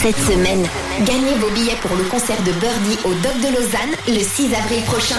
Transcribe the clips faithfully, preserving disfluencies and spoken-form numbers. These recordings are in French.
Cette semaine, gagnez vos billets pour le concert de Birdie au Dock de Lausanne le six avril prochain.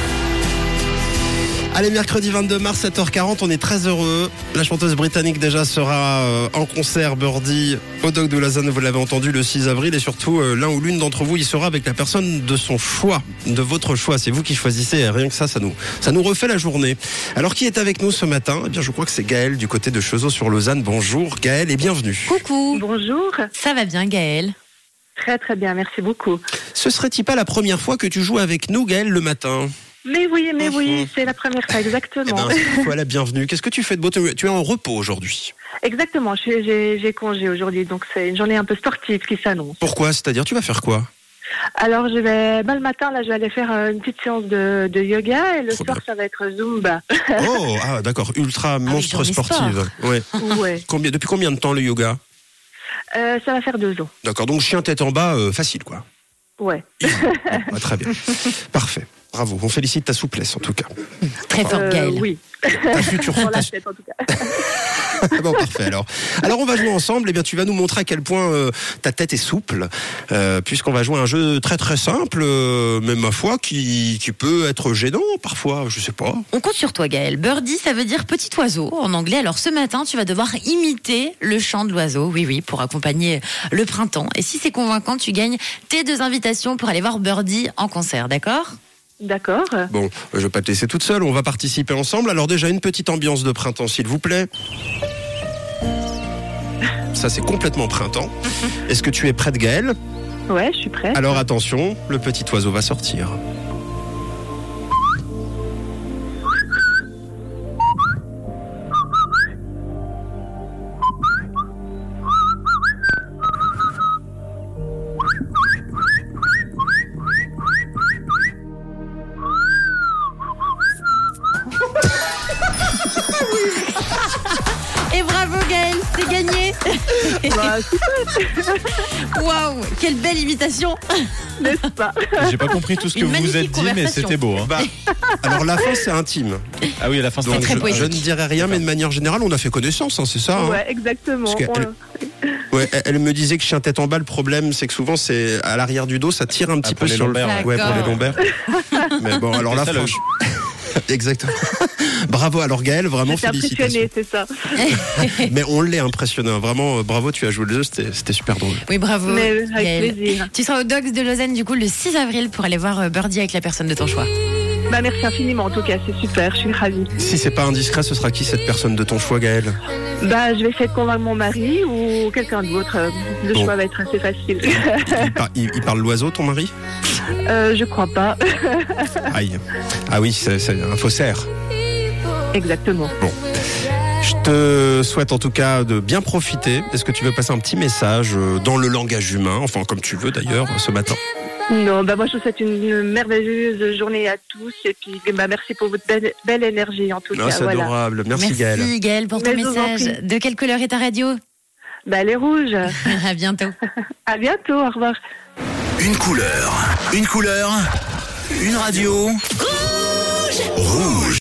Allez, mercredi vingt-deux mars, sept heures quarante, on est très heureux. La chanteuse britannique déjà sera euh, en concert Birdie au Dock de Lausanne, vous l'avez entendu, le six avril. Et surtout, euh, l'un ou l'une d'entre vous y sera avec la personne de son choix, de votre choix. C'est vous qui choisissez, et rien que ça, ça nous, ça nous refait la journée. Alors, qui est avec nous ce matin ? Eh bien, je crois que c'est Gaëlle du côté de Cheseaux-sur-Lausanne. Bonjour Gaëlle et bienvenue. Coucou. Bonjour. Ça va bien, Gaëlle ? Très très bien, merci beaucoup. Ce serait-il pas la première fois que tu joues avec nous, Gaëlle, le matin ? Mais oui, mais oui, Mmh. c'est la première fois, exactement. Eh ben, voilà, bienvenue. Qu'est-ce que tu fais de beau ? Tu es en repos aujourd'hui. Exactement, je suis- j'ai, j'ai congé aujourd'hui, donc c'est une journée un peu sportive qui s'annonce. Pourquoi ? C'est-à-dire, tu vas faire quoi ? Alors je vais, bah, le matin, là, je vais aller faire euh, une petite séance de, de yoga et le Trop soir, bien. ça va être Zumba. Oh, ah, d'accord, ultra monstre journée sportive. Ouais. Ouais. Combien, depuis combien de temps le yoga ? Euh, ça va faire deux ans. D'accord, donc chien tête en bas, euh, facile quoi. Ouais. Easy. Bon, bah, très bien. Parfait. Bravo, on félicite ta souplesse en tout cas. Très forte, Euh, Gaëlle. oui. Ta future Pour la ta- tête, en tout cas. Bon, parfait alors. Alors on va jouer ensemble, et bien tu vas nous montrer à quel point euh, ta tête est souple, euh, puisqu'on va jouer à un jeu très très simple, euh, mais ma foi qui, qui peut être gênant parfois, je sais pas. On compte sur toi, Gaëlle. Birdie, ça veut dire petit oiseau en anglais. Alors ce matin, tu vas devoir imiter le chant de l'oiseau. Oui, oui, pour accompagner le printemps. Et si c'est convaincant, tu gagnes tes deux invitations pour aller voir Birdie en concert, d'accord ? D'accord. Bon, je vais pas te laisser toute seule, on va participer ensemble. Alors déjà une petite ambiance de printemps s'il vous plaît. Ça c'est complètement printemps. Est-ce que tu es prête Gaëlle ? Ouais, je suis prête. Alors attention, le petit oiseau va sortir. Et bravo, Gaëlle, c'est gagné. Bah, Waouh, quelle belle imitation. n'est-ce pas? J'ai pas compris tout ce que Une vous vous magnifique êtes dit, mais conversation. c'était beau. Hein. Bah, alors la fin c'est intime. Ah oui, à la fin, Donc c'était très je, poétique. je ne dirai rien, mais de manière générale, on a fait connaissance, hein, c'est ça. Hein. Ouais, exactement. Parce que elle- Ouais, elle, elle me disait que chien tête en bas, le problème, c'est que souvent, c'est à l'arrière du dos, ça tire un petit pour peu les sur lombaires, le. Ouais, pour les D'accord. lombaires. Mais bon, alors là, C'est ça, le- franchement. Exactement. Bravo, alors Gaëlle, vraiment J'étais félicitations. impressionnée, c'est ça. Mais on l'est impressionné, hein. Vraiment, euh, bravo, tu as joué le jeu, c'était, c'était super drôle. Oui, bravo, Mais avec Gaëlle. plaisir. Tu seras au Docks de Lausanne, du coup, le six avril pour aller voir euh, Birdie avec la personne de ton choix. Bah, merci infiniment, en tout cas, c'est super, je suis ravie. Si c'est pas indiscret, ce sera qui cette personne de ton choix, Gaëlle ? Bah, je vais essayer de convaincre mon mari ou quelqu'un d'autre. Le Bon. choix va être assez facile. il, par- il- il parle l'oiseau, ton mari ? euh, je crois pas. Aïe. Ah oui, c'est, c'est un faussaire. Exactement. Je te souhaite en tout cas de bien profiter. Est-ce que tu veux passer un petit message euh, dans le langage humain, enfin comme tu veux d'ailleurs, ce matin ? Non, bah moi je vous souhaite une merveilleuse journée à tous et puis bah merci pour votre belle, belle énergie en tout Ah, cas. c'est Voilà. adorable. Merci, Gaëlle. Merci Gaëlle pour ton Mais je vous en message. prie. De quelle couleur est ta radio ? Bah les rouges. À bientôt. À bientôt, au revoir. Une couleur, une couleur, une radio. Rouge. Rouge.